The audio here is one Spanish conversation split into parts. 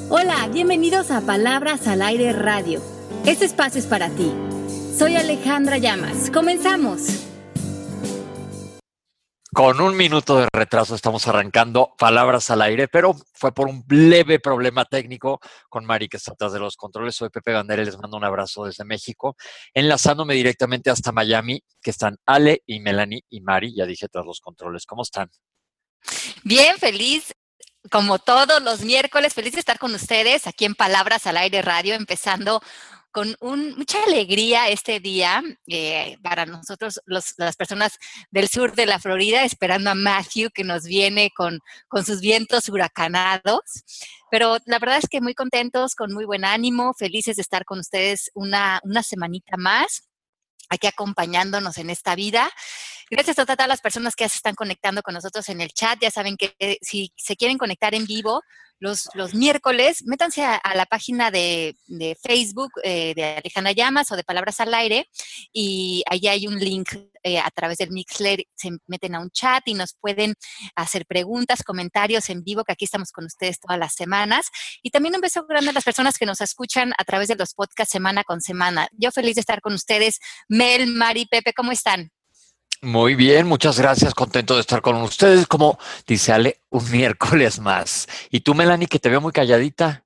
Hola, bienvenidos a Palabras al Aire Radio. Este espacio es para ti. Soy Alejandra Llamas. ¡Comenzamos! Con 1 minuto de retraso estamos arrancando Palabras al Aire, pero fue por un leve problema técnico con Mari, que está atrás de los controles. Soy Pepe Bandera y les mando un abrazo desde México, enlazándome directamente hasta Miami, que están Ale y Melanie y Mari, ya dije, tras los controles. ¿Cómo están? Bien, feliz. Como todos los miércoles, feliz de estar con ustedes aquí en Palabras al Aire Radio, empezando con mucha alegría este día para nosotros, las personas del sur de la Florida, esperando a Matthew, que nos viene con sus vientos huracanados. Pero la verdad es que muy contentos, con muy buen ánimo, felices de estar con ustedes una semanita más, aquí acompañándonos en esta vida. Gracias a todas las personas que ya se están conectando con nosotros en el chat. Ya saben que si se quieren conectar en vivo los miércoles, métanse a la página de Facebook de Alejandra Llamas o de Palabras al Aire, y ahí hay un link a través del Mixler. Se meten a un chat y nos pueden hacer preguntas, comentarios en vivo, que aquí estamos con ustedes todas las semanas. Y también un beso grande a las personas que nos escuchan a través de los podcasts semana con semana. Yo feliz de estar con ustedes. Mel, Mari, Pepe, ¿cómo están? Muy bien, muchas gracias, contento de estar con ustedes, como dice Ale, un miércoles más. Y tú, Melanie, que te veo muy calladita.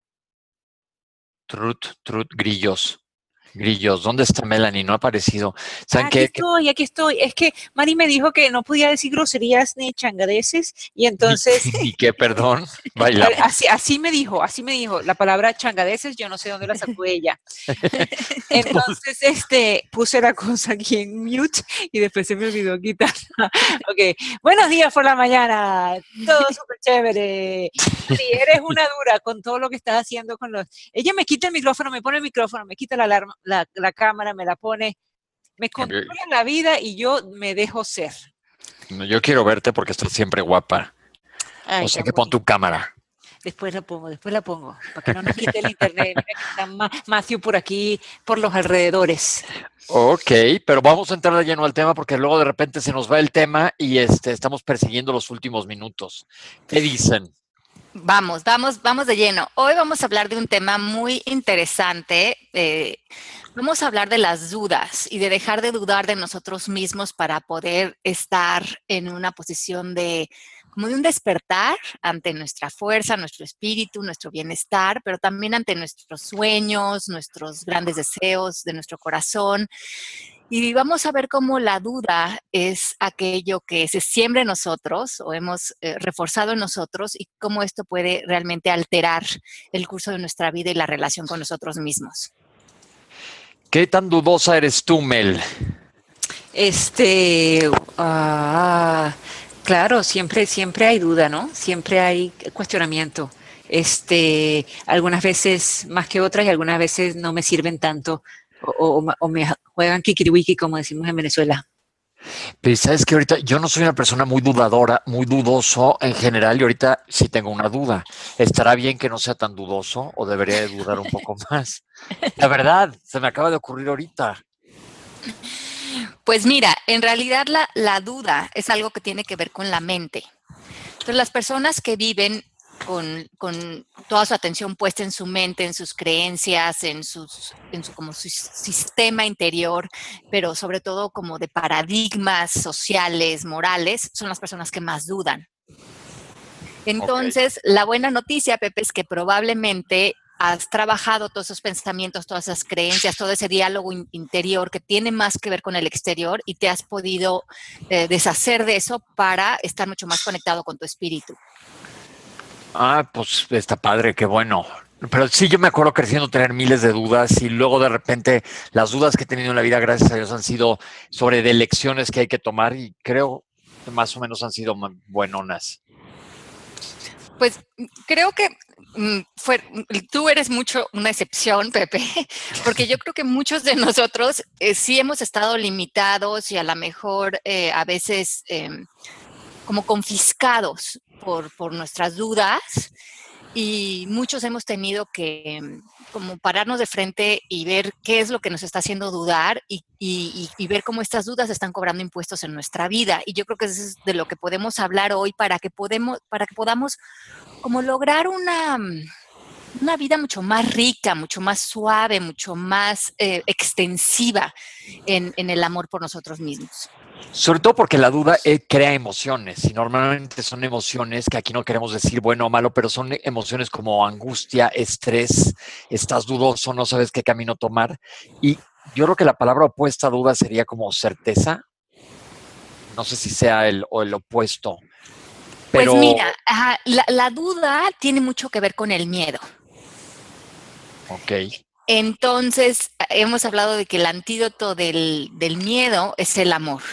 Grillos. ¿Dónde está Melanie? No ha aparecido. ¿Saben qué? Aquí estoy. Es que Mari me dijo que no podía decir groserías ni changadeces, y entonces... ¿Ni qué, perdón? Bailamos. Así me dijo. La palabra changadeces, yo no sé dónde la sacó ella. Entonces, puse la cosa aquí en mute y después se me olvidó quitarla. Ok. Buenos días por la mañana. Todo súper chévere. Mari, eres una dura con todo lo que estás haciendo con los... Ella me quita el micrófono, me pone el micrófono, me quita la alarma, la cámara, me la pone, me controla la vida y yo me dejo ser. Yo quiero verte porque estás siempre guapa. Ay, o sea que pon tu cámara. Después la pongo, para que no nos quite el internet. Mira que está Matthew por aquí, por los alrededores. Ok, pero vamos a entrar de lleno al tema porque luego de repente se nos va el tema y estamos persiguiendo los últimos minutos. ¿Qué dicen? Vamos de lleno. Hoy vamos a hablar de un tema muy interesante. Vamos a hablar de las dudas y de dejar de dudar de nosotros mismos para poder estar en una posición como de un despertar ante nuestra fuerza, nuestro espíritu, nuestro bienestar, pero también ante nuestros sueños, nuestros grandes deseos de nuestro corazón. Y vamos a ver cómo la duda es aquello que se siembra en nosotros o hemos reforzado en nosotros, y cómo esto puede realmente alterar el curso de nuestra vida y la relación con nosotros mismos. ¿Qué tan dudosa eres tú, Mel? Claro, siempre hay duda, ¿no? Siempre hay cuestionamiento. Algunas veces más que otras, y algunas veces no me sirven tanto o me juegan kikiriwiki, como decimos en Venezuela. Pero sabes que ahorita yo no soy una persona muy dudadora, muy dudoso en general, y ahorita sí tengo una duda. ¿Estará bien que no sea tan dudoso o debería de dudar un poco más? La verdad, se me acaba de ocurrir ahorita. Pues mira, en realidad la duda es algo que tiene que ver con la mente. Entonces, las personas que viven con toda su atención puesta en su mente, en sus creencias, en su sistema interior, pero sobre todo como de paradigmas sociales, morales, son las personas que más dudan. Entonces, la buena noticia, Pepe, es que probablemente has trabajado todos esos pensamientos, todas esas creencias, todo ese diálogo interior que tiene más que ver con el exterior, y te has podido deshacer de eso para estar mucho más conectado con tu espíritu. Pues está padre, qué bueno. Pero sí, yo me acuerdo creciendo tener miles de dudas, y luego de repente las dudas que he tenido en la vida, gracias a Dios, han sido sobre de elecciones que hay que tomar, y creo que más o menos han sido buenonas. Pues creo que tú eres mucho una excepción, Pepe, porque yo creo que muchos de nosotros sí hemos estado limitados y a lo mejor a veces como confiscados por nuestras dudas, y muchos hemos tenido que como pararnos de frente y ver qué es lo que nos está haciendo dudar, y ver cómo estas dudas están cobrando impuestos en nuestra vida. Y yo creo que eso es de lo que podemos hablar hoy para que podamos como lograr una vida mucho más rica, mucho más suave, mucho más extensiva en el amor por nosotros mismos. Sobre todo porque la duda crea emociones y normalmente son emociones que aquí no queremos decir bueno o malo, pero son emociones como angustia, estrés, estás dudoso, no sabes qué camino tomar. Y yo creo que la palabra opuesta a duda sería como certeza. No sé si sea el opuesto, Pues pero mira, la duda tiene mucho que ver con el miedo. ok. Entonces, hemos hablado de que el antídoto del miedo es el amor.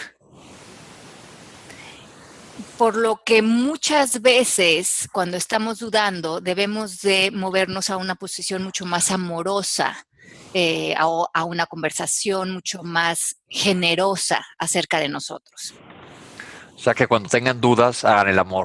Por lo que muchas veces cuando estamos dudando debemos de movernos a una posición mucho más amorosa, a una conversación mucho más generosa acerca de nosotros. O sea que cuando tengan dudas, hagan el amor.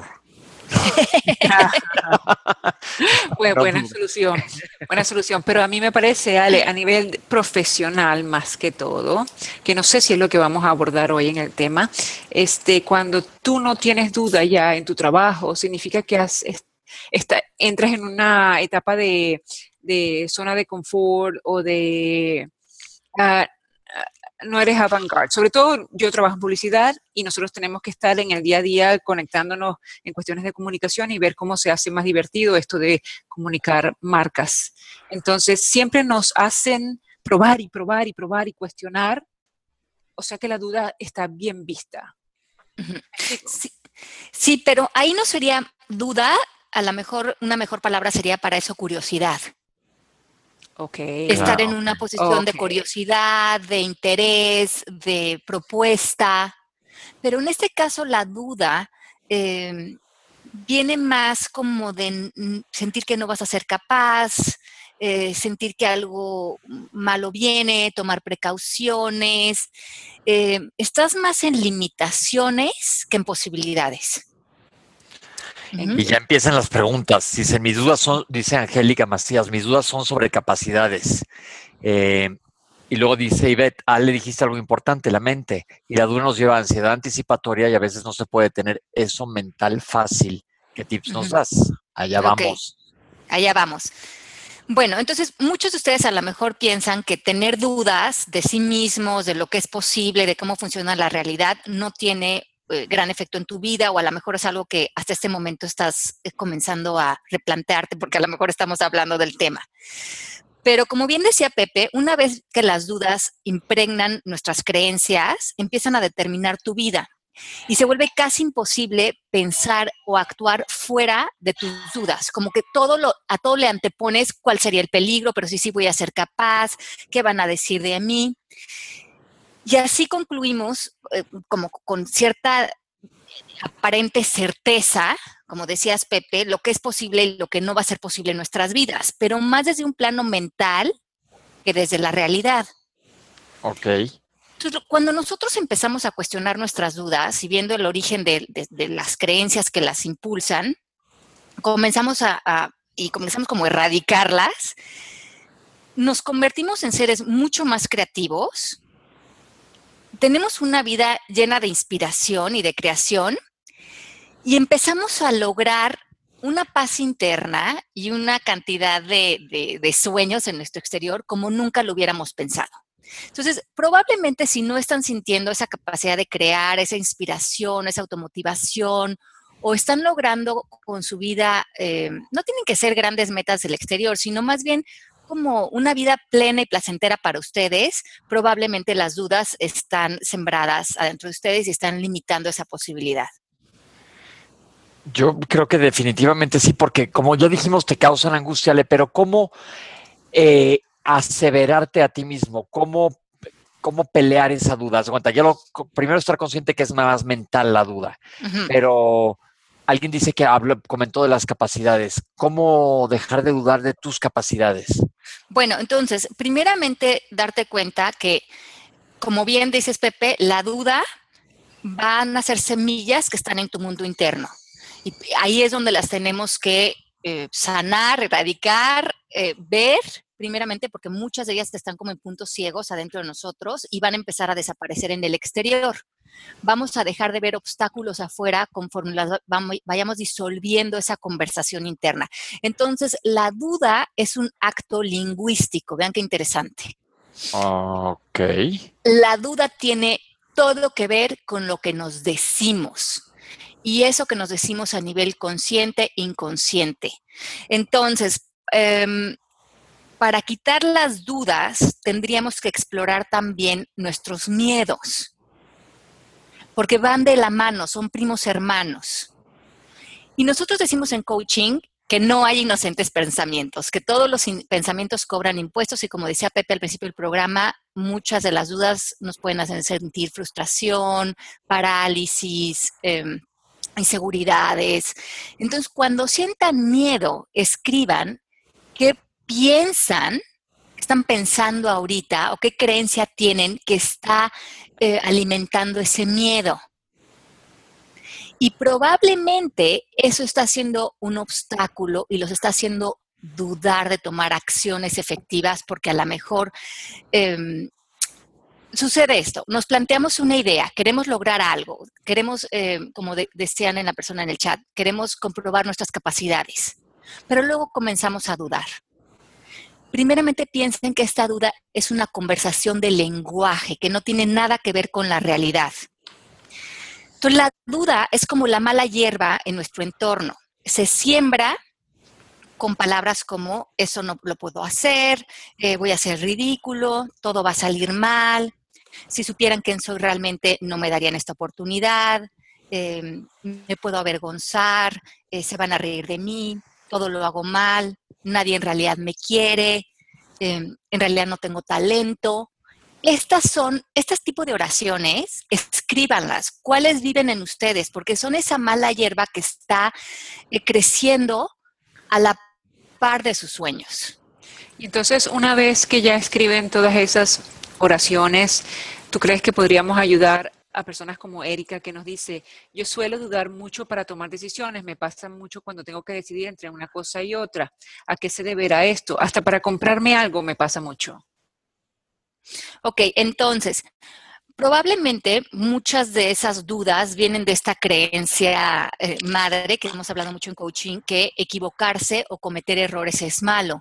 Buena solución, pero a mí me parece, Ale, a nivel profesional más que todo, que no sé si es lo que vamos a abordar hoy en el tema, cuando tú no tienes duda ya en tu trabajo, significa que entras en una etapa de zona de confort o de... ah, no eres avant-garde. Sobre todo yo trabajo en publicidad y nosotros tenemos que estar en el día a día conectándonos en cuestiones de comunicación y ver cómo se hace más divertido esto de comunicar marcas. Entonces, siempre nos hacen probar y probar y probar y cuestionar, o sea que la duda está bien vista. Sí, sí, pero ahí no sería duda, a lo mejor una mejor palabra sería para eso curiosidad. Ok. Estar en Claro. una posición de curiosidad, de interés, de propuesta. Pero en este caso la duda viene más como de sentir que no vas a ser capaz, sentir que algo malo viene, tomar precauciones. Estás más en limitaciones que en posibilidades. Y ya empiezan las preguntas. Dicen, mis dudas son, dice Angélica Macías, mis dudas son sobre capacidades. Y luego dice Ivette, le dijiste algo importante, la mente. Y la duda nos lleva a ansiedad anticipatoria y a veces no se puede tener eso mental fácil. ¿Qué tips nos das? Allá Ok, vamos. allá vamos. Bueno, entonces muchos de ustedes a lo mejor piensan que tener dudas de sí mismos, de lo que es posible, de cómo funciona la realidad, no tiene gran efecto en tu vida o a lo mejor es algo que hasta este momento estás comenzando a replantearte porque a lo mejor estamos hablando del tema. Pero como bien decía Pepe, una vez que las dudas impregnan nuestras creencias, empiezan a determinar tu vida. Y se vuelve casi imposible pensar o actuar fuera de tus dudas, como que a todo le antepones cuál sería el peligro, pero sí voy a ser capaz, qué van a decir de mí. Y así concluimos como con cierta aparente certeza, como decías Pepe, lo que es posible y lo que no va a ser posible en nuestras vidas, pero más desde un plano mental que desde la realidad. Ok. Entonces, cuando nosotros empezamos a cuestionar nuestras dudas y viendo el origen de las creencias que las impulsan, comenzamos comenzamos como a erradicarlas, nos convertimos en seres mucho más creativos, tenemos una vida llena de inspiración y de creación y empezamos a lograr una paz interna y una cantidad de sueños en nuestro exterior como nunca lo hubiéramos pensado. Entonces, probablemente si no están sintiendo esa capacidad de crear, esa inspiración, esa automotivación, o están logrando con su vida, no tienen que ser grandes metas del exterior, sino más bien como una vida plena y placentera para ustedes, probablemente las dudas están sembradas adentro de ustedes y están limitando esa posibilidad. Yo creo que definitivamente sí, porque como ya dijimos, te causan angustia, pero ¿cómo aseverarte a ti mismo? ¿Cómo pelear esa duda? Aguanta, primero estar consciente que es más mental la duda, pero alguien dice que comentó de las capacidades. ¿Cómo dejar de dudar de tus capacidades? Bueno, entonces, primeramente darte cuenta que, como bien dices, Pepe, la duda van a ser semillas que están en tu mundo interno. Y ahí es donde las tenemos que sanar, erradicar, ver, primeramente porque muchas de ellas están como en puntos ciegos adentro de nosotros y van a empezar a desaparecer en el exterior. vamos a dejar de ver obstáculos afuera conforme vayamos disolviendo esa conversación interna. Entonces, la duda es un acto lingüístico. Vean qué interesante. Ok. La duda tiene todo que ver con lo que nos decimos. Y eso que nos decimos a nivel consciente, inconsciente. Entonces, para quitar las dudas, tendríamos que explorar también nuestros miedos. Porque van de la mano, son primos hermanos. Y nosotros decimos en coaching que no hay inocentes pensamientos, que todos los pensamientos cobran impuestos y como decía Pepe al principio del programa, muchas de las dudas nos pueden hacer sentir frustración, parálisis, inseguridades. Entonces, cuando sientan miedo, escriban qué piensan, están pensando ahorita o qué creencia tienen que está alimentando ese miedo. Y probablemente eso está siendo un obstáculo y los está haciendo dudar de tomar acciones efectivas porque a lo mejor sucede esto. Nos planteamos una idea, queremos lograr algo, queremos, como decían en la persona en el chat, queremos comprobar nuestras capacidades, pero luego comenzamos a dudar. Primeramente piensen que esta duda es una conversación de lenguaje que no tiene nada que ver con la realidad. Entonces, la duda es como la mala hierba en nuestro entorno. Se siembra con palabras como, eso no lo puedo hacer, voy a ser ridículo, todo va a salir mal, si supieran quién soy realmente no me darían esta oportunidad, me puedo avergonzar, se van a reír de mí, todo lo hago mal, nadie en realidad me quiere, en realidad no tengo talento. Estas tipos de oraciones, escríbanlas. ¿Cuáles viven en ustedes? Porque son esa mala hierba que está creciendo a la par de sus sueños. Y entonces, una vez que ya escriben todas esas oraciones, ¿tú crees que podríamos ayudar a personas como Erika que nos dice, yo suelo dudar mucho para tomar decisiones, me pasa mucho cuando tengo que decidir entre una cosa y otra? ¿A qué se deberá esto? Hasta para comprarme algo me pasa mucho. Ok, entonces, probablemente muchas de esas dudas vienen de esta creencia madre, que hemos hablado mucho en coaching, que equivocarse o cometer errores es malo.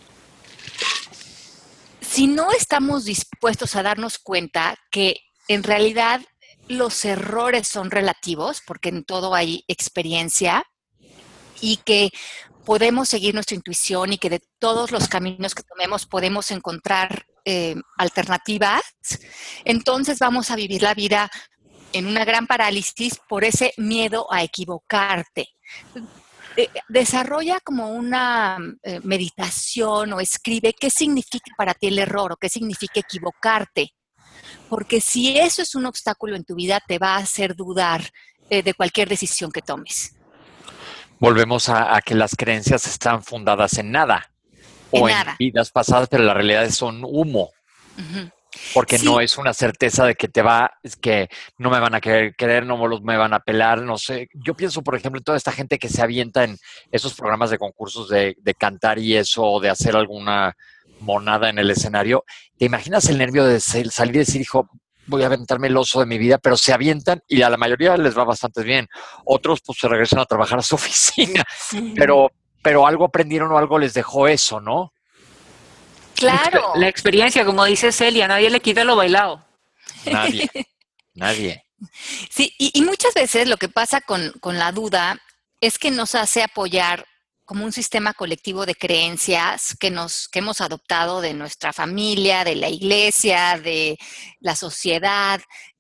Si no estamos dispuestos a darnos cuenta que en realidad los errores son relativos, porque en todo hay experiencia, y que podemos seguir nuestra intuición y que de todos los caminos que tomemos podemos encontrar alternativas, entonces vamos a vivir la vida en una gran parálisis por ese miedo a equivocarte. Desarrolla como una meditación o escribe qué significa para ti el error o qué significa equivocarte. Porque si eso es un obstáculo en tu vida, te va a hacer dudar de cualquier decisión que tomes. Volvemos a que las creencias están fundadas en nada. O en vidas pasadas, pero la realidad son humo. Uh-huh. Porque sí. No es una certeza de que es que no me van a querer, no me van a pelar, no sé. Yo pienso, por ejemplo, en toda esta gente que se avienta en esos programas de concursos de cantar y eso, o de hacer alguna monada en el escenario. ¿Te imaginas el nervio de salir y decir, hijo, voy a aventarme el oso de mi vida? Pero se avientan y a la mayoría les va bastante bien. Otros pues se regresan a trabajar a su oficina. Uh-huh. Pero algo aprendieron o algo les dejó eso, ¿no? Claro. La experiencia, como dice Celia, nadie le quita lo bailado. Nadie. Sí, y muchas veces lo que pasa con la duda es que nos hace apoyar como un sistema colectivo de creencias que hemos adoptado de nuestra familia, de la iglesia, de la sociedad.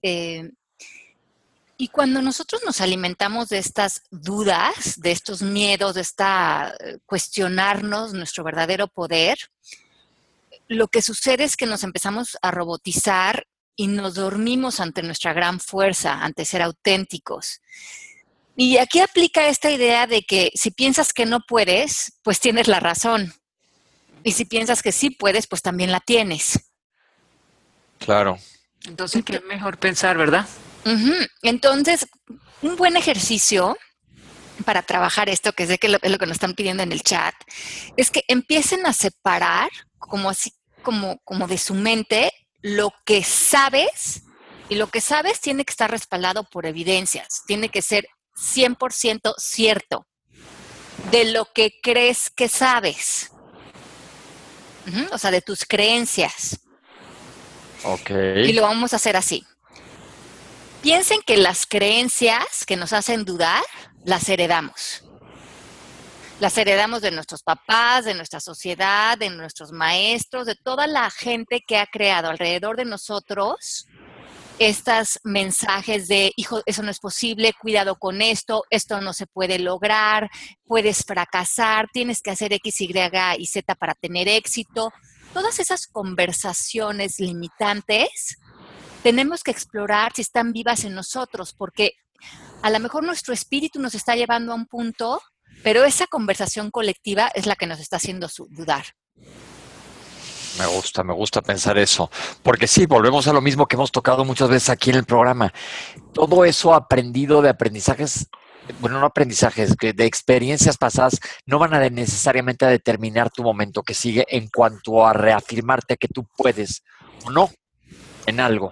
Y cuando nosotros nos alimentamos de estas dudas, de estos miedos, de cuestionarnos nuestro verdadero poder, lo que sucede es que nos empezamos a robotizar y nos dormimos ante nuestra gran fuerza, ante ser auténticos. Y aquí aplica esta idea de que si piensas que no puedes, pues tienes la razón. Y si piensas que sí puedes, pues también la tienes. Claro. Entonces, ¿qué es mejor pensar, verdad? Uh-huh. Entonces, un buen ejercicio para trabajar esto, que sé que es lo que nos están pidiendo en el chat, es que empiecen a separar como de su mente lo que sabes Y lo que sabes tiene que estar respaldado por evidencias, tiene que ser 100% cierto de lo que crees que sabes. O sea, de tus creencias. Ok. Y lo vamos a hacer así. Piensen que las creencias que nos hacen dudar, las heredamos. Las heredamos de nuestros papás, de nuestra sociedad, de nuestros maestros, de toda la gente que ha creado alrededor de nosotros estos mensajes de, hijo, eso no es posible, cuidado con esto no se puede lograr, puedes fracasar, tienes que hacer X, Y y Z para tener éxito. Todas esas conversaciones limitantes tenemos que explorar si están vivas en nosotros, porque a lo mejor nuestro espíritu nos está llevando a un punto, pero esa conversación colectiva es la que nos está haciendo dudar. Me gusta pensar eso, porque sí, volvemos a lo mismo que hemos tocado muchas veces aquí en el programa. Todo eso aprendido de aprendizajes, bueno, no aprendizajes, que de experiencias pasadas, no van a necesariamente a determinar tu momento que sigue en cuanto a reafirmarte que tú puedes o no en algo.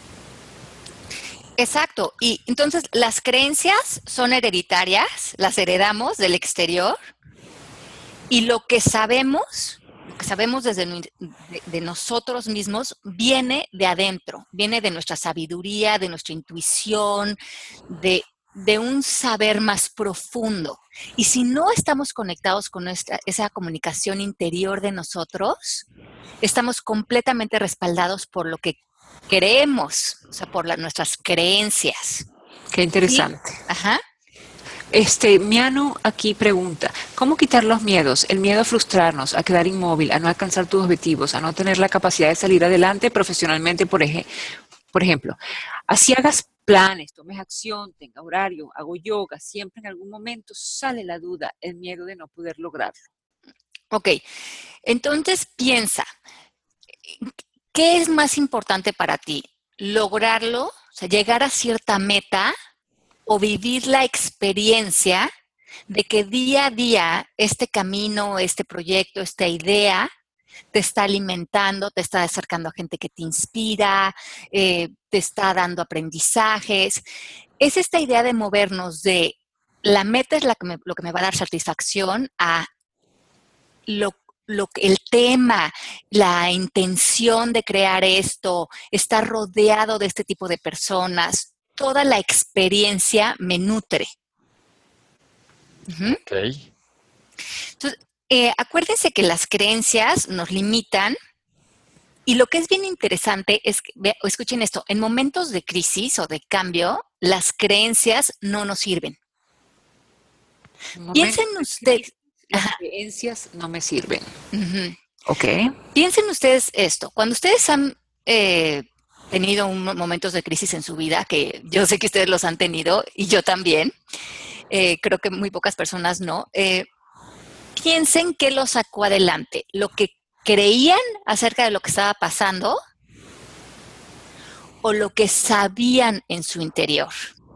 Exacto, y entonces las creencias son hereditarias, las heredamos del exterior, y lo que sabemos desde de nosotros mismos viene de adentro, viene de nuestra sabiduría, de nuestra intuición, de un saber más profundo. Y si no estamos conectados con esa comunicación interior de nosotros, estamos completamente respaldados por lo que creemos, o sea, por nuestras creencias. Qué interesante. ¿Sí? Ajá. Miano aquí pregunta, ¿cómo quitar los miedos? El miedo a frustrarnos, a quedar inmóvil, a no alcanzar tus objetivos, a no tener la capacidad de salir adelante profesionalmente, por ejemplo. Así hagas planes, tomes acción, tenga horario, hago yoga, siempre en algún momento sale la duda, el miedo de no poder lograrlo. Ok, entonces piensa, ¿qué es más importante para ti? ¿Lograrlo? O sea, llegar a cierta meta o vivir la experiencia de que día a día este camino, este proyecto, esta idea te está alimentando, te está acercando a gente que te inspira, te está dando aprendizajes. Es esta idea de movernos de la meta es lo que me va a dar satisfacción a el tema, la intención de crear esto, estar rodeado de este tipo de personas. Toda la experiencia me nutre. Ok. Entonces, acuérdense que las creencias nos limitan y lo que es bien interesante es que, escuchen esto, en momentos de crisis o de cambio, las creencias no nos sirven. Piensen ustedes. Las creencias no me sirven. Uh-huh. Ok. Piensen ustedes esto. Cuando ustedes han tenido momentos de crisis en su vida, que yo sé que ustedes los han tenido y yo también, creo que muy pocas personas no, piensen qué los sacó adelante, lo que creían acerca de lo que estaba pasando o lo que sabían en su interior.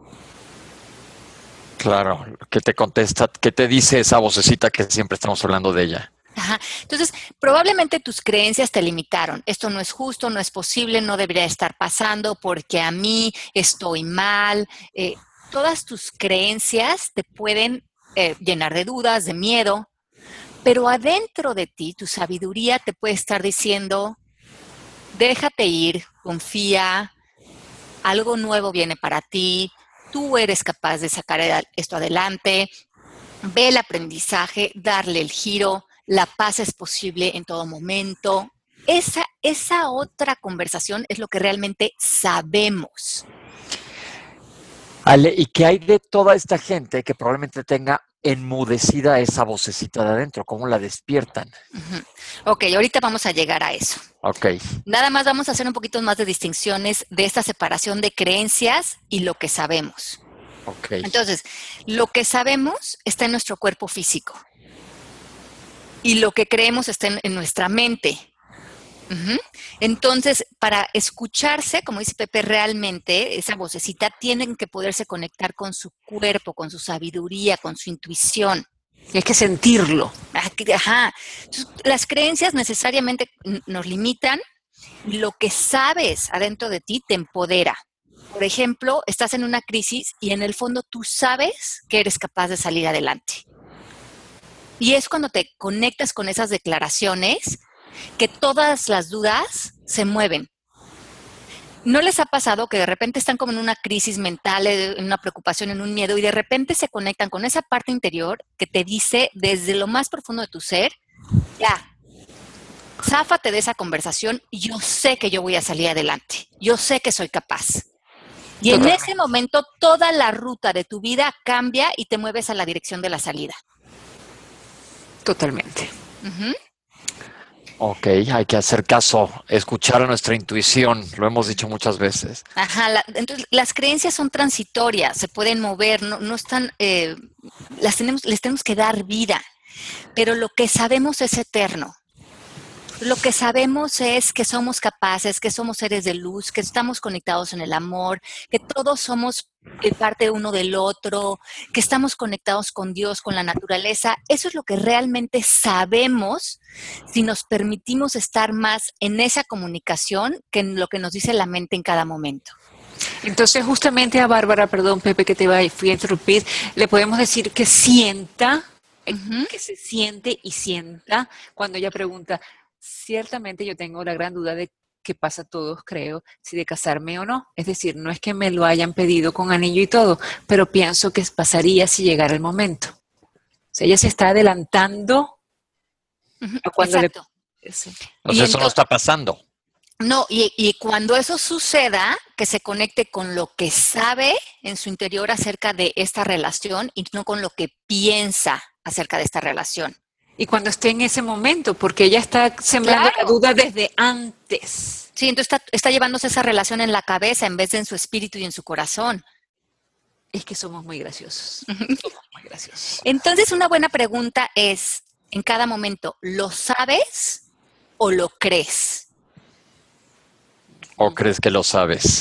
Claro, que te contesta, que te dice esa vocecita que siempre estamos hablando de ella. Ajá. Entonces, probablemente tus creencias te limitaron. Esto no es justo, no es posible, no debería estar pasando porque a mí estoy mal. Todas tus creencias te pueden llenar de dudas, de miedo, pero adentro de ti, tu sabiduría te puede estar diciendo, déjate ir, confía, algo nuevo viene para ti, tú eres capaz de sacar esto adelante, ve el aprendizaje, darle el giro. La paz es posible en todo momento. Esa otra conversación es lo que realmente sabemos. Ale, ¿y qué hay de toda esta gente que probablemente tenga enmudecida esa vocecita de adentro? ¿Cómo la despiertan? Uh-huh. Ok, ahorita vamos a llegar a eso. Ok. Nada más vamos a hacer un poquito más de distinciones de esta separación de creencias y lo que sabemos. Ok. Entonces, lo que sabemos está en nuestro cuerpo físico. Y lo que creemos está en nuestra mente. Uh-huh. Entonces, para escucharse, como dice Pepe, realmente esa vocecita tienen que poderse conectar con su cuerpo, con su sabiduría, con su intuición. Y hay que sentirlo. Ajá. Entonces, las creencias necesariamente nos limitan. Lo que sabes adentro de ti te empodera. Por ejemplo, estás en una crisis y en el fondo tú sabes que eres capaz de salir adelante. Y es cuando te conectas con esas declaraciones que todas las dudas se mueven. ¿No les ha pasado que de repente están como en una crisis mental, en una preocupación, en un miedo, y de repente se conectan con esa parte interior que te dice desde lo más profundo de tu ser, ya, záfate de esa conversación, yo sé que yo voy a salir adelante, yo sé que soy capaz? Y en ese momento toda la ruta de tu vida cambia y te mueves a la dirección de la salida. Totalmente. Uh-huh. Ok, hay que hacer caso, escuchar a nuestra intuición, lo hemos dicho muchas veces. Ajá, entonces las creencias son transitorias, se pueden mover, no están, les tenemos que dar vida, pero lo que sabemos es eterno. Lo que sabemos es que somos capaces, que somos seres de luz, que estamos conectados en el amor, que todos somos parte uno del otro, que estamos conectados con Dios, con la naturaleza. Eso es lo que realmente sabemos si nos permitimos estar más en esa comunicación que en lo que nos dice la mente en cada momento. Entonces, justamente a Bárbara, perdón, Pepe, que fui a interrumpir, le podemos decir que sienta, que se siente y sienta cuando ella pregunta. Ciertamente yo tengo la gran duda de qué pasa a todos, creo, si de casarme o no. Es decir, no es que me lo hayan pedido con anillo y todo, pero pienso que pasaría si llegara el momento. O sea, ella se está adelantando a cuando Exacto. Entonces eso no está pasando. No, y cuando eso suceda, que se conecte con lo que sabe en su interior acerca de esta relación y no con lo que piensa acerca de esta relación. Y cuando esté en ese momento, porque ella está sembrando la duda desde antes. Sí, entonces está llevándose esa relación en la cabeza en vez de en su espíritu y en su corazón. Es que somos muy graciosos. Somos muy graciosos. Entonces, una buena pregunta es, en cada momento, ¿lo sabes o lo crees? ¿O crees que lo sabes?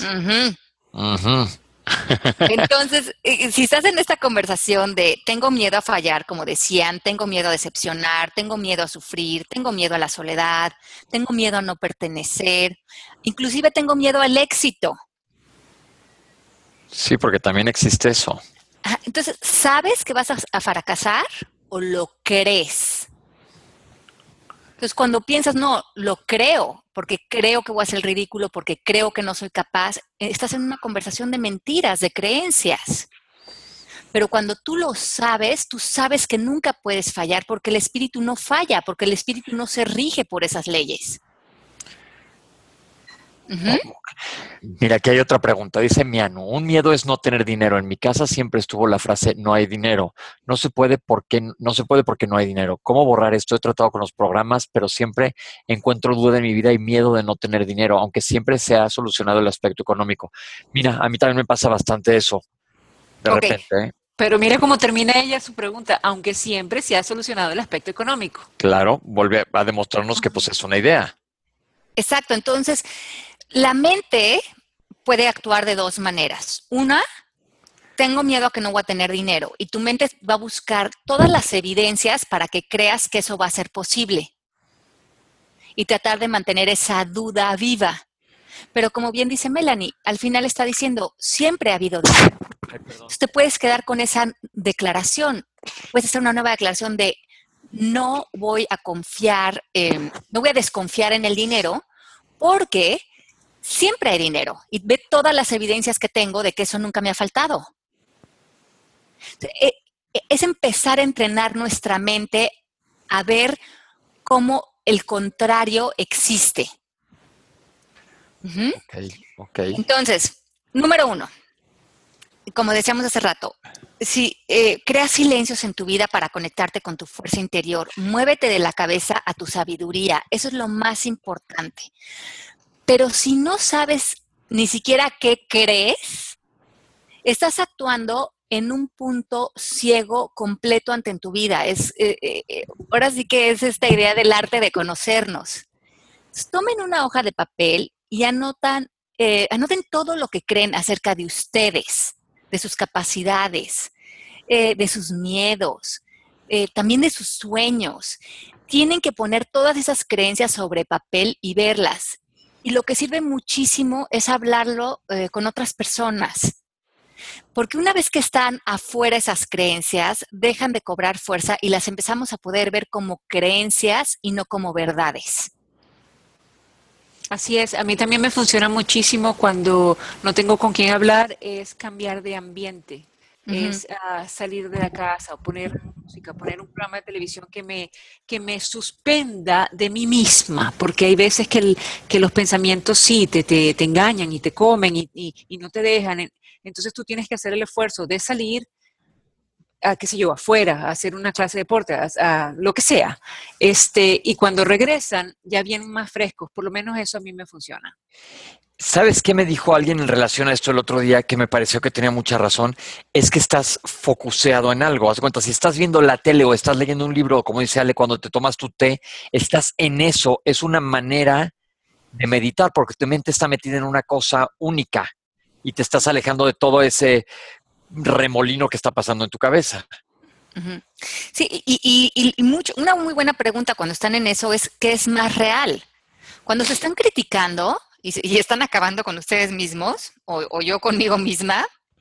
Entonces, si estás en esta conversación de tengo miedo a fallar, como decían, tengo miedo a decepcionar, tengo miedo a sufrir, tengo miedo a la soledad, tengo miedo a no pertenecer, inclusive tengo miedo al éxito. Sí, porque también existe eso. Entonces, ¿sabes que vas a fracasar o lo crees? Entonces, cuando piensas, no, lo creo, porque creo que voy a hacer el ridículo, porque creo que no soy capaz, estás en una conversación de mentiras, de creencias. Pero cuando tú lo sabes, tú sabes que nunca puedes fallar, porque el espíritu no falla, porque el espíritu no se rige por esas leyes. Mira, aquí hay otra pregunta. Dice Mianu, un miedo es no tener dinero. En mi casa siempre estuvo la frase no hay dinero. No se puede porque no hay dinero. ¿Cómo borrar esto? He tratado con los programas, pero siempre encuentro duda en mi vida y miedo de no tener dinero, aunque siempre se ha solucionado el aspecto económico. Mira, a mí también me pasa bastante eso. De repente, ¿eh? Pero mira cómo termina ella su pregunta, aunque siempre se ha solucionado el aspecto económico. Claro, vuelve a demostrarnos que pues es una idea. Exacto, entonces la mente puede actuar de dos maneras. Una, tengo miedo a que no voy a tener dinero y tu mente va a buscar todas las evidencias para que creas que eso va a ser posible y tratar de mantener esa duda viva. Pero como bien dice Melanie, al final está diciendo, siempre ha habido dinero. Entonces te puedes quedar con esa declaración. Puedes hacer una nueva declaración de no voy a desconfiar en el dinero porque siempre hay dinero y ve todas las evidencias que tengo de que eso nunca me ha faltado. Es empezar a entrenar nuestra mente a ver cómo el contrario existe. Okay. Entonces, número 1, como decíamos hace rato, si creas silencios en tu vida para conectarte con tu fuerza interior, muévete de la cabeza a tu sabiduría. Eso es lo más importante. Pero si no sabes ni siquiera qué crees, estás actuando en un punto ciego completo ante tu vida. Ahora sí que es esta idea del arte de conocernos. Entonces, tomen una hoja de papel y anoten todo lo que creen acerca de ustedes, de sus capacidades, de sus miedos, también de sus sueños. Tienen que poner todas esas creencias sobre papel y verlas. Y lo que sirve muchísimo es hablarlo con otras personas. Porque una vez que están afuera esas creencias, dejan de cobrar fuerza y las empezamos a poder ver como creencias y no como verdades. Así es, a mí también me funciona muchísimo cuando no tengo con quién hablar, es cambiar de ambiente, es salir de la casa o poner música, poner un programa de televisión que me suspenda de mí misma, porque hay veces que los pensamientos sí te engañan y te comen y no te dejan. Entonces tú tienes que hacer el esfuerzo de salir a, qué sé yo, afuera, a hacer una clase de deporte, a lo que sea. Y cuando regresan, ya vienen más frescos. Por lo menos eso a mí me funciona. ¿Sabes qué me dijo alguien en relación a esto el otro día que me pareció que tenía mucha razón? Es que estás focuseado en algo. Haz de cuenta, si estás viendo la tele o estás leyendo un libro, como dice Ale, cuando te tomas tu té, estás en eso. Es una manera de meditar porque tu mente está metida en una cosa única y te estás alejando de todo ese remolino que está pasando en tu cabeza. Sí, una muy buena pregunta cuando están en eso es ¿qué es más real? Cuando se están criticando y están acabando con ustedes mismos o yo conmigo misma,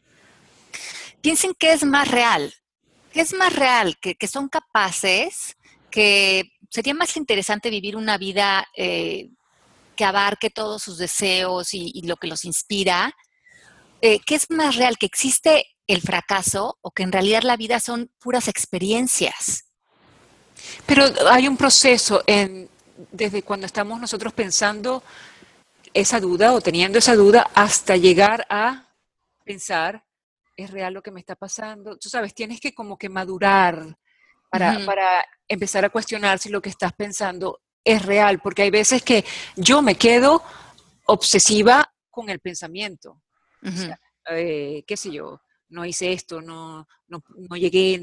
piensen qué es más real. ¿Qué es más real? Que son capaces, que sería más interesante vivir una vida que abarque todos sus deseos y lo que los inspira. ¿Qué es más real? ¿Que existe el fracaso o que en realidad la vida son puras experiencias? Pero hay un proceso desde cuando estamos nosotros pensando esa duda o teniendo esa duda hasta llegar a pensar, ¿es real lo que me está pasando? Tú sabes, tienes que como que madurar para empezar a cuestionar si lo que estás pensando es real, porque hay veces que yo me quedo obsesiva con el pensamiento. O sea, qué sé yo, no hice esto, no llegué,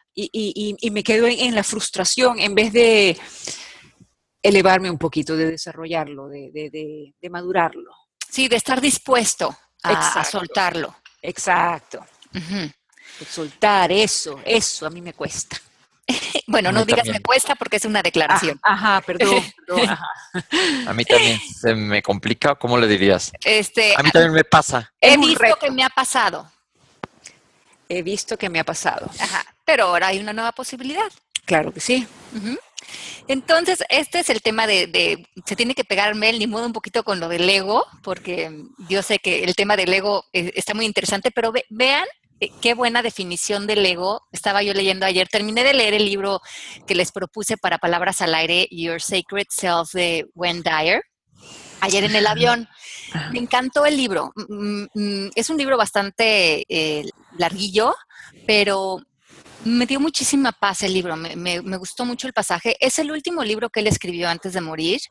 y me quedo en la frustración en vez de elevarme un poquito, de desarrollarlo, de madurarlo. Sí, de estar dispuesto a soltarlo. Exacto. Soltar eso a mí me cuesta. Bueno, no digas me cuesta porque es una declaración. Perdón. Ajá. A mí también se me complica, ¿cómo le dirías? A mí también me pasa. He visto que me ha pasado. He visto que me ha pasado. Ajá, pero ahora hay una nueva posibilidad. Claro que sí. Entonces, este es el tema se tiene que pegar Mel, ni modo un poquito con lo del ego, porque yo sé que el tema del ego está muy interesante, pero vean qué buena definición del ego. Estaba yo leyendo ayer, terminé de leer el libro que les propuse para Palabras al Aire, Your Sacred Self, de Wayne Dyer, ayer en el avión. Me encantó el libro. Es un libro bastante larguillo, pero me dio muchísima paz el libro. Me gustó mucho el pasaje. Es el último libro que él escribió antes de morir.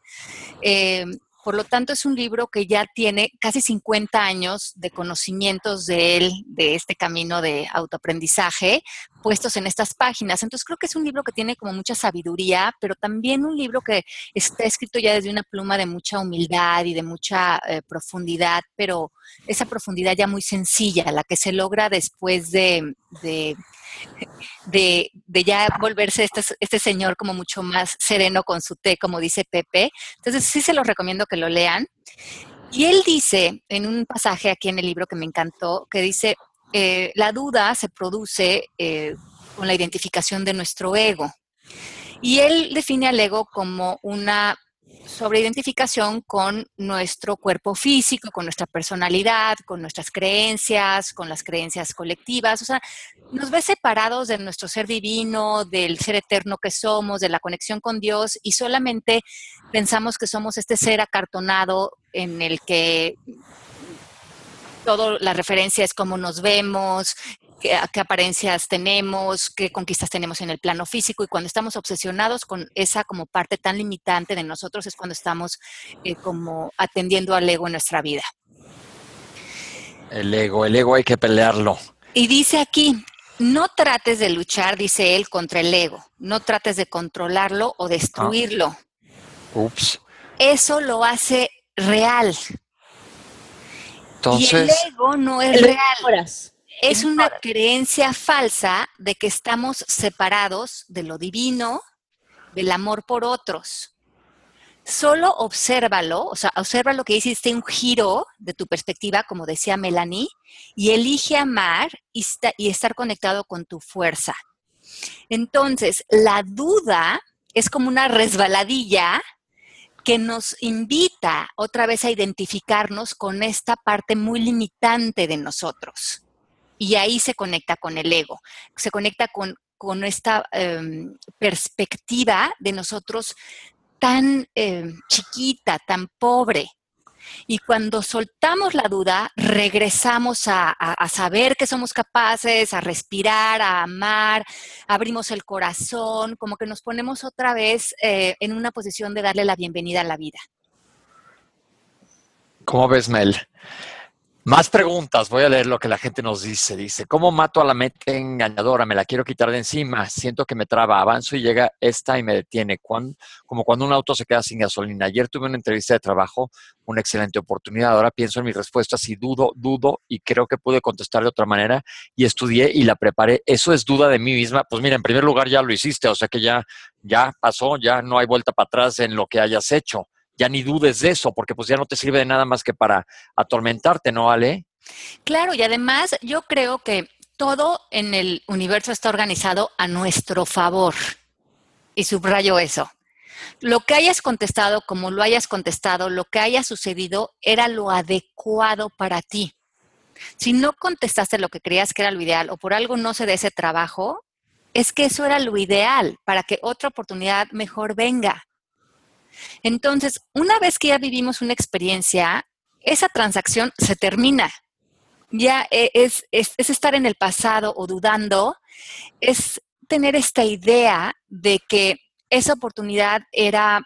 Por lo tanto, es un libro que ya tiene casi 50 años de conocimientos de él, de este camino de autoaprendizaje, puestos en estas páginas. Entonces, creo que es un libro que tiene como mucha sabiduría, pero también un libro que está escrito ya desde una pluma de mucha humildad y de mucha profundidad, pero esa profundidad ya muy sencilla, la que se logra después de ya volverse este señor como mucho más sereno con su té, como dice Pepe. Entonces sí se los recomiendo que lo lean. Y él dice, en un pasaje aquí en el libro que me encantó, que dice, la duda se produce con la identificación de nuestro ego. Y él define al ego como una sobreidentificación con nuestro cuerpo físico, con nuestra personalidad, con nuestras creencias, con las creencias colectivas. O sea, nos ve separados de nuestro ser divino, del ser eterno que somos, de la conexión con Dios, y solamente pensamos que somos este ser acartonado en el que toda la referencia es cómo nos vemos, qué apariencias tenemos, qué conquistas tenemos en el plano físico, y cuando estamos obsesionados con esa como parte tan limitante de nosotros es cuando estamos como atendiendo al ego en nuestra vida. El ego hay que pelearlo. Y dice aquí, no trates de luchar, dice él, contra el ego, no trates de controlarlo o destruirlo. Ups. Eso lo hace real. Entonces, y el ego no es real. Es una creencia falsa de que estamos separados de lo divino, del amor por otros. solo obsérvalo, o sea, observa lo que hiciste, un giro de tu perspectiva, como decía Melanie, y elige amar y estar conectado con tu fuerza. Entonces, la duda es como una resbaladilla que nos invita otra vez a identificarnos con esta parte muy limitante de nosotros. Y ahí se conecta con el ego, se conecta con esta perspectiva de nosotros tan chiquita, tan pobre. Y cuando soltamos la duda, regresamos a saber que somos capaces, a respirar, a amar, abrimos el corazón, como que nos ponemos otra vez en una posición de darle la bienvenida a la vida. ¿Cómo ves, Mel? Más preguntas, voy a leer lo que la gente nos dice. Dice, ¿cómo mato a la mente engañadora? Me la quiero quitar de encima, siento que me traba, avanzo y llega esta y me detiene, como cuando un auto se queda sin gasolina. Ayer tuve una entrevista de trabajo, una excelente oportunidad, ahora pienso en mis respuestas y dudo y creo que pude contestar de otra manera y estudié y la preparé. ¿Eso es duda de mí misma? Pues mira, en primer lugar ya lo hiciste, o sea que ya pasó, ya no hay vuelta para atrás en lo que hayas hecho. Ya ni dudes de eso, porque pues ya no te sirve de nada más que para atormentarte, ¿no, Ale? Claro, y además yo creo que todo en el universo está organizado a nuestro favor. Y subrayo eso. Lo que hayas contestado, como lo hayas contestado, lo que haya sucedido, era lo adecuado para ti. Si no contestaste lo que creías que era lo ideal o por algo no se dé ese trabajo, es que eso era lo ideal para que otra oportunidad mejor venga. Entonces, una vez que ya vivimos una experiencia, esa transacción se termina. Ya es estar en el pasado o dudando, es tener esta idea de que esa oportunidad era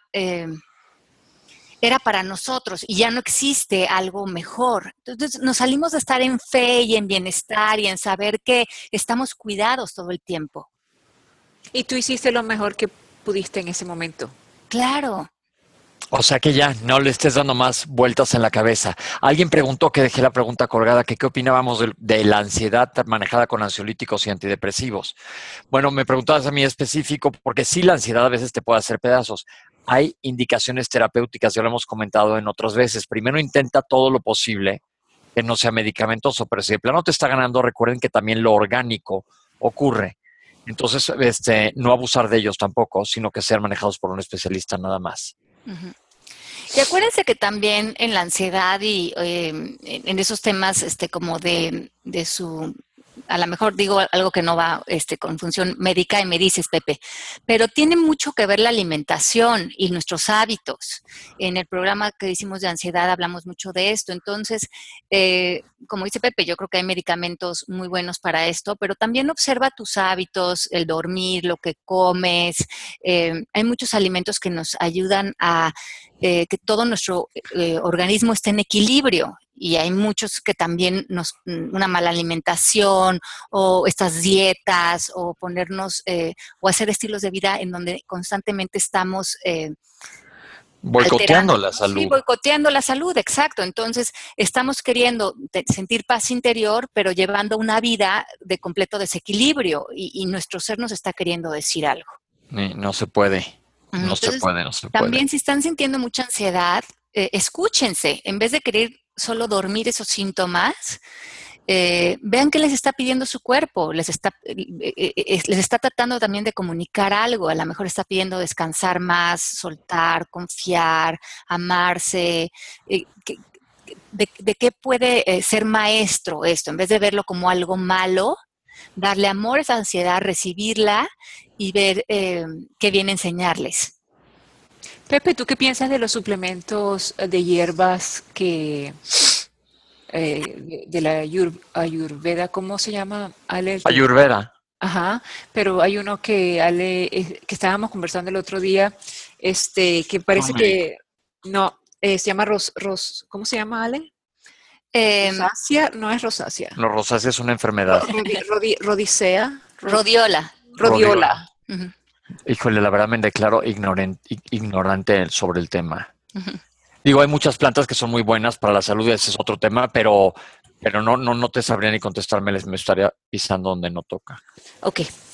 para nosotros y ya no existe algo mejor. Entonces, nos salimos de estar en fe y en bienestar y en saber que estamos cuidados todo el tiempo. Y tú hiciste lo mejor que pudiste en ese momento. Claro. O sea que ya no le estés dando más vueltas en la cabeza. Alguien preguntó, que dejé la pregunta colgada, que qué opinábamos de la ansiedad manejada con ansiolíticos y antidepresivos. Bueno, me preguntabas a mí específico, porque sí, la ansiedad a veces te puede hacer pedazos. Hay indicaciones terapéuticas, ya lo hemos comentado en otras veces. Primero intenta todo lo posible que no sea medicamentoso, pero si de plano te está ganando, recuerden que también lo orgánico ocurre. Entonces, no abusar de ellos tampoco, sino que sean manejados por un especialista nada más. Uh-huh. Y acuérdense que también en la ansiedad y en esos temas como de su, a lo mejor digo algo que no va con función médica y me dices, Pepe, pero tiene mucho que ver la alimentación y nuestros hábitos. En el programa que hicimos de ansiedad hablamos mucho de esto. Entonces, como dice Pepe, yo creo que hay medicamentos muy buenos para esto, pero también observa tus hábitos, el dormir, lo que comes. Hay muchos alimentos que nos ayudan a que todo nuestro organismo esté en equilibrio. Y hay muchos que también una mala alimentación o estas dietas o ponernos o hacer estilos de vida en donde constantemente estamos boicoteando la salud. Sí, boicoteando la salud, exacto. Entonces, estamos queriendo sentir paz interior, pero llevando una vida de completo desequilibrio y nuestro ser nos está queriendo decir algo. No se puede. No se puede. También si están sintiendo mucha ansiedad, escúchense. En vez de querer solo dormir esos síntomas, vean qué les está pidiendo su cuerpo. Les está tratando también de comunicar algo. A lo mejor está pidiendo descansar más, soltar, confiar, amarse. ¿De qué puede ser maestro esto? En vez de verlo como algo malo, darle amor a esa ansiedad, recibirla y ver qué viene a enseñarles. Pepe, ¿tú qué piensas de los suplementos de hierbas que de la Ayurveda? ¿Cómo se llama, Ale? Ayurveda. Ajá, pero hay uno que Ale, que estábamos conversando el otro día, que parece que no, se llama ¿cómo se llama, Ale? Rosácea, no es rosácea. No, rosácea es una enfermedad. Rodicea. Rodiola. Uh-huh. Híjole, la verdad me declaro ignorante sobre el tema. Uh-huh. Digo, hay muchas plantas que son muy buenas para la salud, ese es otro tema, pero no te sabría ni contestarme, me estaría pisando donde no toca. Ok.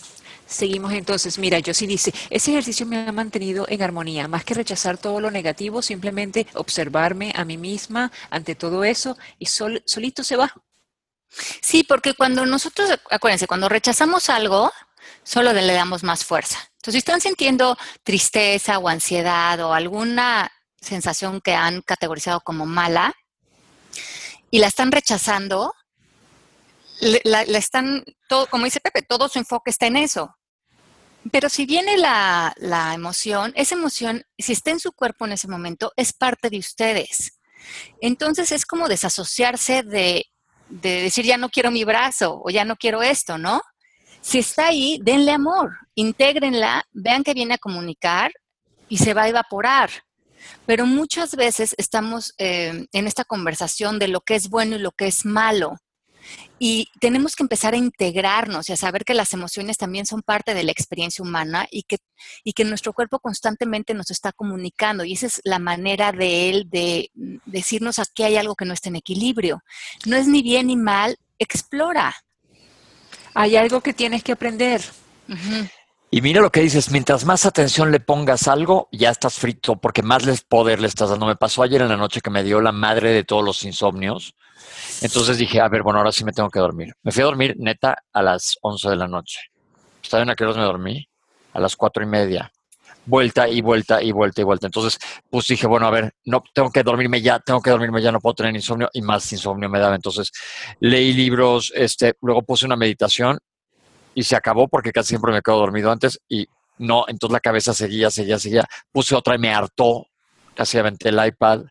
Seguimos entonces. Mira, yo sí dice, ese ejercicio me ha mantenido en armonía, más que rechazar todo lo negativo, simplemente observarme a mí misma ante todo eso y solito se va. Sí, porque cuando nosotros, acuérdense, cuando rechazamos algo, solo le damos más fuerza. Entonces, si están sintiendo tristeza o ansiedad o alguna sensación que han categorizado como mala y la están rechazando, la están, todo, como dice Pepe, todo su enfoque está en eso. Pero si viene la emoción, esa emoción, si está en su cuerpo en ese momento, es parte de ustedes. Entonces es como desasociarse de decir ya no quiero mi brazo o ya no quiero esto, ¿no? Si está ahí, denle amor, intégrenla, vean que viene a comunicar y se va a evaporar. Pero muchas veces estamos en esta conversación de lo que es bueno y lo que es malo. Y tenemos que empezar a integrarnos y a saber que las emociones también son parte de la experiencia humana y que nuestro cuerpo constantemente nos está comunicando. Y esa es la manera de él de decirnos aquí hay algo que no está en equilibrio. No es ni bien ni mal, explora. Hay algo que tienes que aprender. Uh-huh. Y mira lo que dices, mientras más atención le pongas a algo, ya estás frito, porque más poder le estás dando. Me pasó ayer en la noche que me dio la madre de todos los insomnios. Entonces dije, a ver, bueno, ahora sí me tengo que dormir. Me fui a dormir, neta, a las 11 de la noche. ¿Saben a qué horas me dormí? A las 4:30. Vuelta y vuelta y vuelta y vuelta. Entonces, pues dije, bueno, a ver, no, tengo que dormirme ya, no puedo tener insomnio, y más insomnio me daba. Entonces, leí libros, luego puse una meditación y se acabó porque casi siempre me quedo dormido antes y no, entonces la cabeza seguía. Puse otra y me hartó, casi aventé el iPad.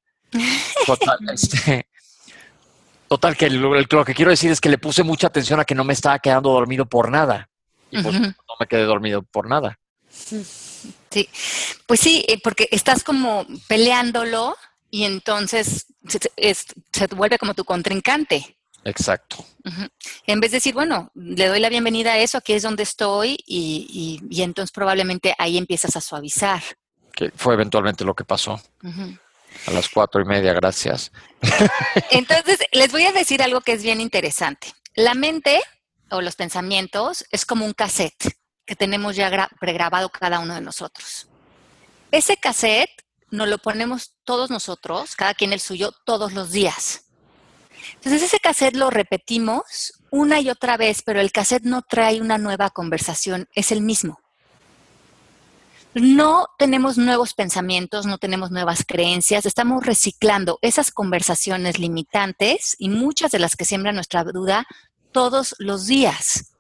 Total, que lo que quiero decir es que le puse mucha atención a que no me estaba quedando dormido por nada. Y pues no me quedé dormido por nada. Sí, pues sí, porque estás como peleándolo y entonces se vuelve como tu contrincante. Exacto. Uh-huh. En vez de decir, bueno, le doy la bienvenida a eso, aquí es donde estoy y entonces probablemente ahí empiezas a suavizar. Que fue eventualmente lo que pasó. Uh-huh. A las 4:30, gracias. Entonces, les voy a decir algo que es bien interesante. La mente o los pensamientos es como un cassette que tenemos ya pregrabado cada uno de nosotros. Ese cassette nos lo ponemos todos nosotros, cada quien el suyo, todos los días. Entonces, ese cassette lo repetimos una y otra vez, pero el cassette no trae una nueva conversación, es el mismo. No tenemos nuevos pensamientos, no tenemos nuevas creencias, estamos reciclando esas conversaciones limitantes y muchas de las que siembran nuestra duda todos los días.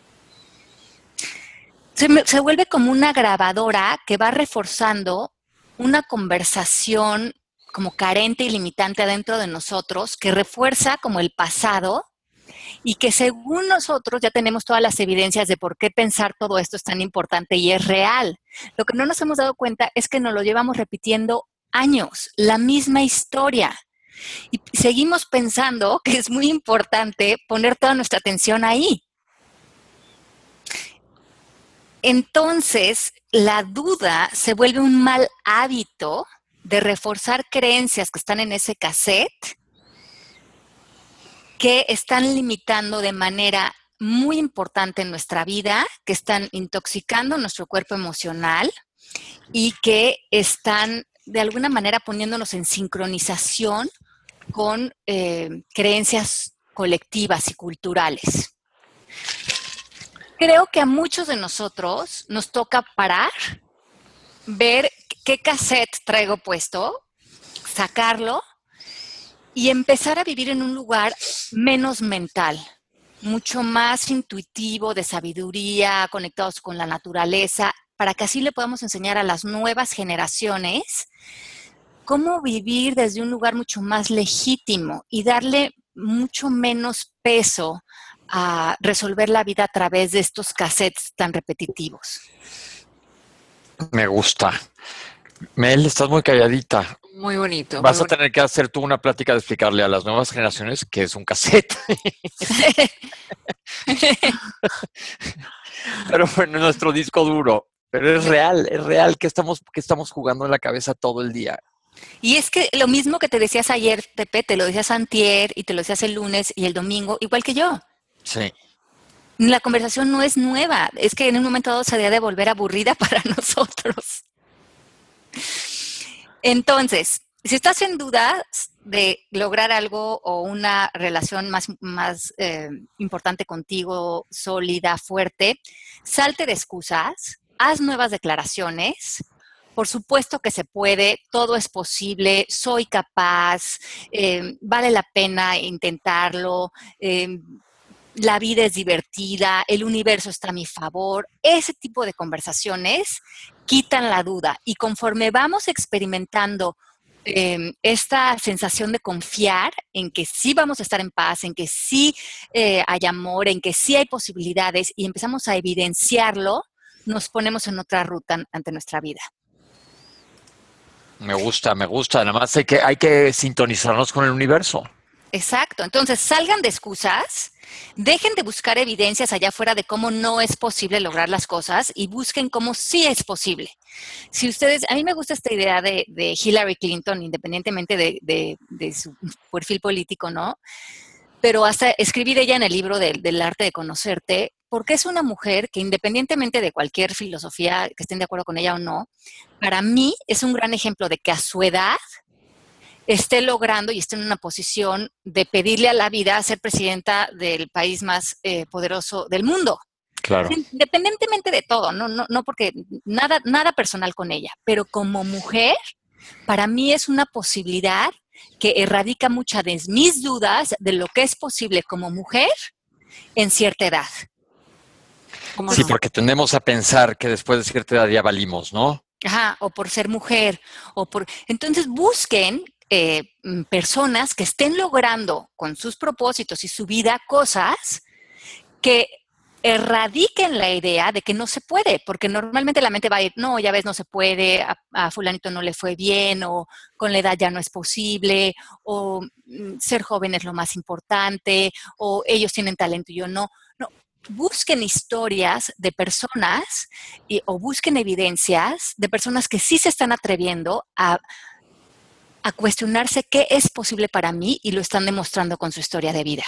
Se vuelve como una grabadora que va reforzando una conversación como carente y limitante adentro de nosotros, que refuerza como el pasado y que según nosotros ya tenemos todas las evidencias de por qué pensar todo esto es tan importante y es real. Lo que no nos hemos dado cuenta es que nos lo llevamos repitiendo años, la misma historia. Y seguimos pensando que es muy importante poner toda nuestra atención ahí. Entonces, la duda se vuelve un mal hábito de reforzar creencias que están en ese cassette, que están limitando de manera muy importante en nuestra vida, que están intoxicando nuestro cuerpo emocional y que están de alguna manera poniéndonos en sincronización con creencias colectivas y culturales. Creo que a muchos de nosotros nos toca parar, ver qué cassette traigo puesto, sacarlo y empezar a vivir en un lugar menos mental, mucho más intuitivo, de sabiduría, conectados con la naturaleza, para que así le podamos enseñar a las nuevas generaciones cómo vivir desde un lugar mucho más legítimo y darle mucho menos peso a resolver la vida a través de estos cassettes tan repetitivos. Me gusta. Mel, estás muy calladita. Muy bonito. Vas a tener que hacer tú una plática de explicarle a las nuevas generaciones que es un cassette. Pero bueno, nuestro disco duro. Pero es real que estamos jugando en la cabeza todo el día. Y es que lo mismo que te decías ayer, Pepe, te lo decías antier y te lo decías el lunes y el domingo, igual que yo. Sí. La conversación no es nueva, es que en un momento dado se debe de volver aburrida para nosotros. Entonces, si estás en dudas de lograr algo o una relación más importante contigo, sólida, fuerte, salte de excusas, haz nuevas declaraciones. Por supuesto que se puede, todo es posible, soy capaz, vale la pena intentarlo, la vida es divertida, el universo está a mi favor. Ese tipo de conversaciones quitan la duda y conforme vamos experimentando esta sensación de confiar en que sí vamos a estar en paz, en que sí hay amor, en que sí hay posibilidades y empezamos a evidenciarlo, nos ponemos en otra ruta ante nuestra vida. Me gusta. Nada más hay que sintonizarnos con el universo. Exacto. Entonces, salgan de excusas, dejen de buscar evidencias allá afuera de cómo no es posible lograr las cosas y busquen cómo sí es posible. Si ustedes, a mí me gusta esta idea de Hillary Clinton, independientemente de su perfil político, ¿no? Pero hasta escribí de ella en el libro del arte de conocerte, porque es una mujer que independientemente de cualquier filosofía que estén de acuerdo con ella o no, para mí es un gran ejemplo de que a su edad esté logrando y esté en una posición de pedirle a la vida ser presidenta del país más poderoso del mundo. Claro. Independientemente de todo, no porque nada personal con ella, pero como mujer, para mí es una posibilidad que erradica muchas de mis dudas de lo que es posible como mujer en cierta edad. Sí, no? Porque tendemos a pensar que después de cierta edad ya valimos, ¿no? Ajá, o por ser mujer, Entonces busquen personas que estén logrando con sus propósitos y su vida cosas que erradiquen la idea de que no se puede, porque normalmente la mente va a ir, no, ya ves, no se puede, a fulanito no le fue bien, o con la edad ya no es posible, o ser joven es lo más importante, o ellos tienen talento y yo no. No, busquen historias de personas o busquen evidencias de personas que sí se están atreviendo a cuestionarse qué es posible para mí y lo están demostrando con su historia de vida.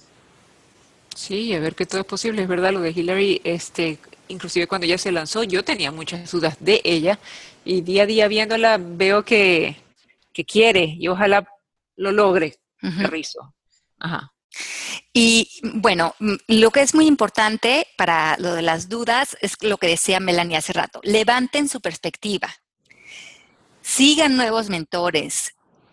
Sí, a ver que todo es posible, es verdad lo de Hillary, inclusive cuando ella se lanzó, yo tenía muchas dudas de ella y día a día viéndola veo que quiere y ojalá lo logre. Qué rizo. Ajá. Y bueno, lo que es muy importante para lo de las dudas es lo que decía Melanie hace rato, levanten su perspectiva, sigan nuevos mentores,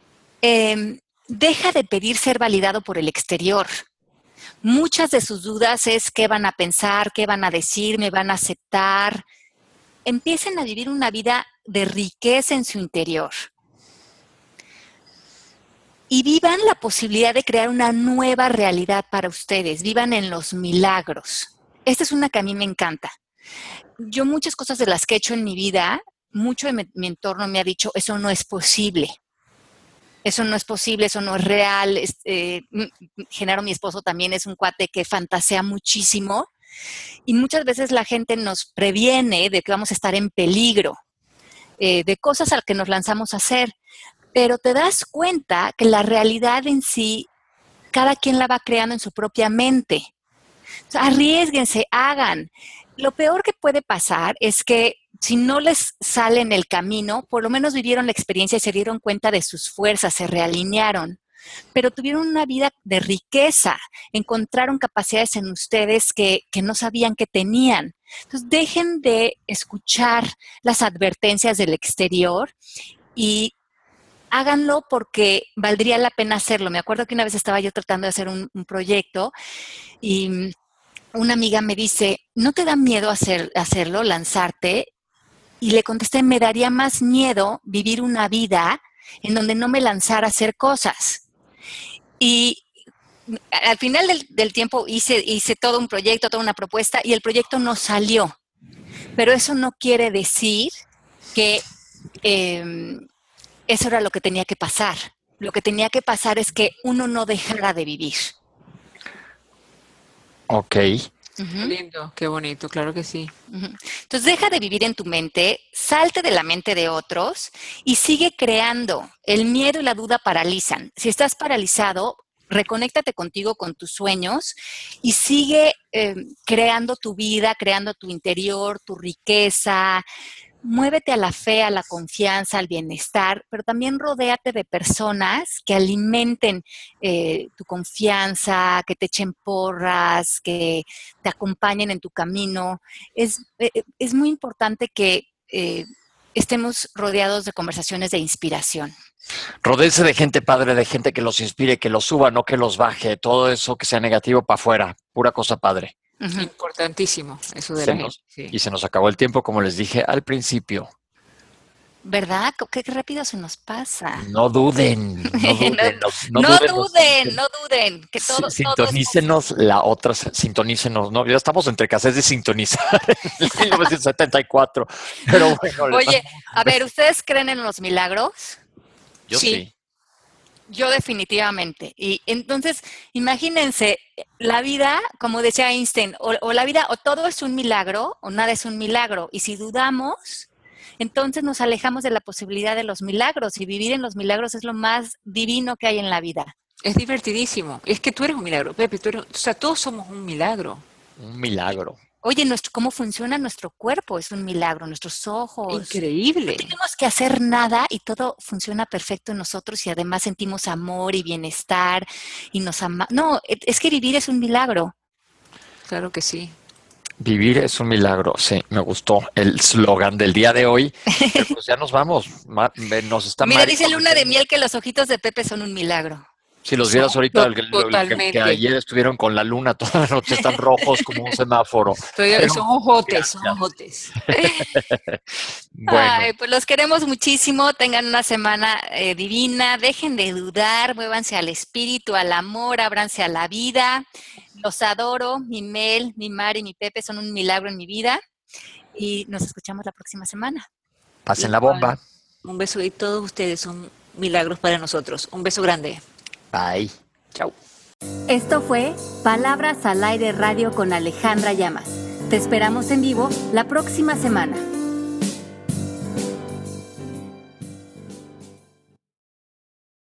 deja de pedir ser validado por el exterior. Muchas de sus dudas es qué van a pensar, qué van a decir, me van a aceptar. Empiecen a vivir una vida de riqueza en su interior. Y vivan la posibilidad de crear una nueva realidad para ustedes. Vivan en los milagros. Esta es una que a mí me encanta. Yo muchas cosas de las que he hecho en mi vida, mucho de mi entorno me ha dicho, eso no es posible. Eso no es posible, eso no es real. Genaro, mi esposo, también es un cuate que fantasea muchísimo y muchas veces la gente nos previene de que vamos a estar en peligro, de cosas a las que nos lanzamos a hacer, pero te das cuenta que la realidad en sí, cada quien la va creando en su propia mente. O sea, arriésguense, hagan. Lo peor que puede pasar es que si no les sale en el camino, por lo menos vivieron la experiencia y se dieron cuenta de sus fuerzas, se realinearon, pero tuvieron una vida de riqueza, encontraron capacidades en ustedes que no sabían que tenían. Entonces, dejen de escuchar las advertencias del exterior y háganlo porque valdría la pena hacerlo. Me acuerdo que una vez estaba yo tratando de hacer un proyecto y una amiga me dice, ¿no te da miedo hacerlo, lanzarte? Y le contesté, me daría más miedo vivir una vida en donde no me lanzara a hacer cosas. Y al final del tiempo hice todo un proyecto, toda una propuesta y el proyecto no salió. Pero eso no quiere decir que eso era lo que tenía que pasar. Lo que tenía que pasar es que uno no dejara de vivir. Ok. Qué lindo, qué bonito, claro que sí. Entonces deja de vivir en tu mente, salte de la mente de otros y sigue creando. El miedo y la duda paralizan. Si estás paralizado, reconéctate contigo, con tus sueños y sigue creando tu vida, creando tu interior, tu riqueza. Muévete a la fe, a la confianza, al bienestar, pero también rodéate de personas que alimenten tu confianza, que te echen porras, que te acompañen en tu camino. Es muy importante que estemos rodeados de conversaciones de inspiración. Rodéense de gente padre, de gente que los inspire, que los suba, no que los baje. Todo eso que sea negativo para afuera. Pura cosa padre. Uh-huh. Importantísimo eso de la gente. Sí. Y se nos acabó el tiempo, como les dije al principio. ¿Verdad? Qué rápido se nos pasa. No duden. No duden. Que sintonícenos la otra, sintonícenos. No, ya estamos entre cassettes de sintonizar en 1974. Pero bueno. Oye, a ver, ¿ustedes creen en los milagros? Yo sí. Yo definitivamente. Y entonces, imagínense, la vida, como decía Einstein, o la vida, o todo es un milagro, o nada es un milagro. Y si dudamos, entonces nos alejamos de la posibilidad de los milagros. Y vivir en los milagros es lo más divino que hay en la vida. Es divertidísimo. Es que tú eres un milagro, Pepe. Todos somos un milagro. Un milagro. Oye, cómo funciona nuestro cuerpo es un milagro, nuestros ojos. Increíble. No tenemos que hacer nada y todo funciona perfecto en nosotros y además sentimos amor y bienestar y nos amamos. No, es que vivir es un milagro. Claro que sí. Vivir es un milagro, sí, me gustó el slogan del día de hoy. Pero pues ya nos vamos. Mira, dice Luna de Miel que los ojitos de Pepe son un milagro. Si los vieras ahorita, que ayer estuvieron con la luna toda la noche, están rojos como un semáforo. Son ojotes. Bueno. Ay, pues los queremos muchísimo, tengan una semana divina, dejen de dudar, muévanse al espíritu, al amor, ábranse a la vida. Los adoro, mi Mel, mi Mari, mi Pepe son un milagro en mi vida y nos escuchamos la próxima semana. Pasen la bomba. Un beso y todos ustedes son milagros para nosotros. Un beso grande. Bye. Chau. Esto fue Palabras al Aire Radio con Alejandra Llamas. Te esperamos en vivo la próxima semana.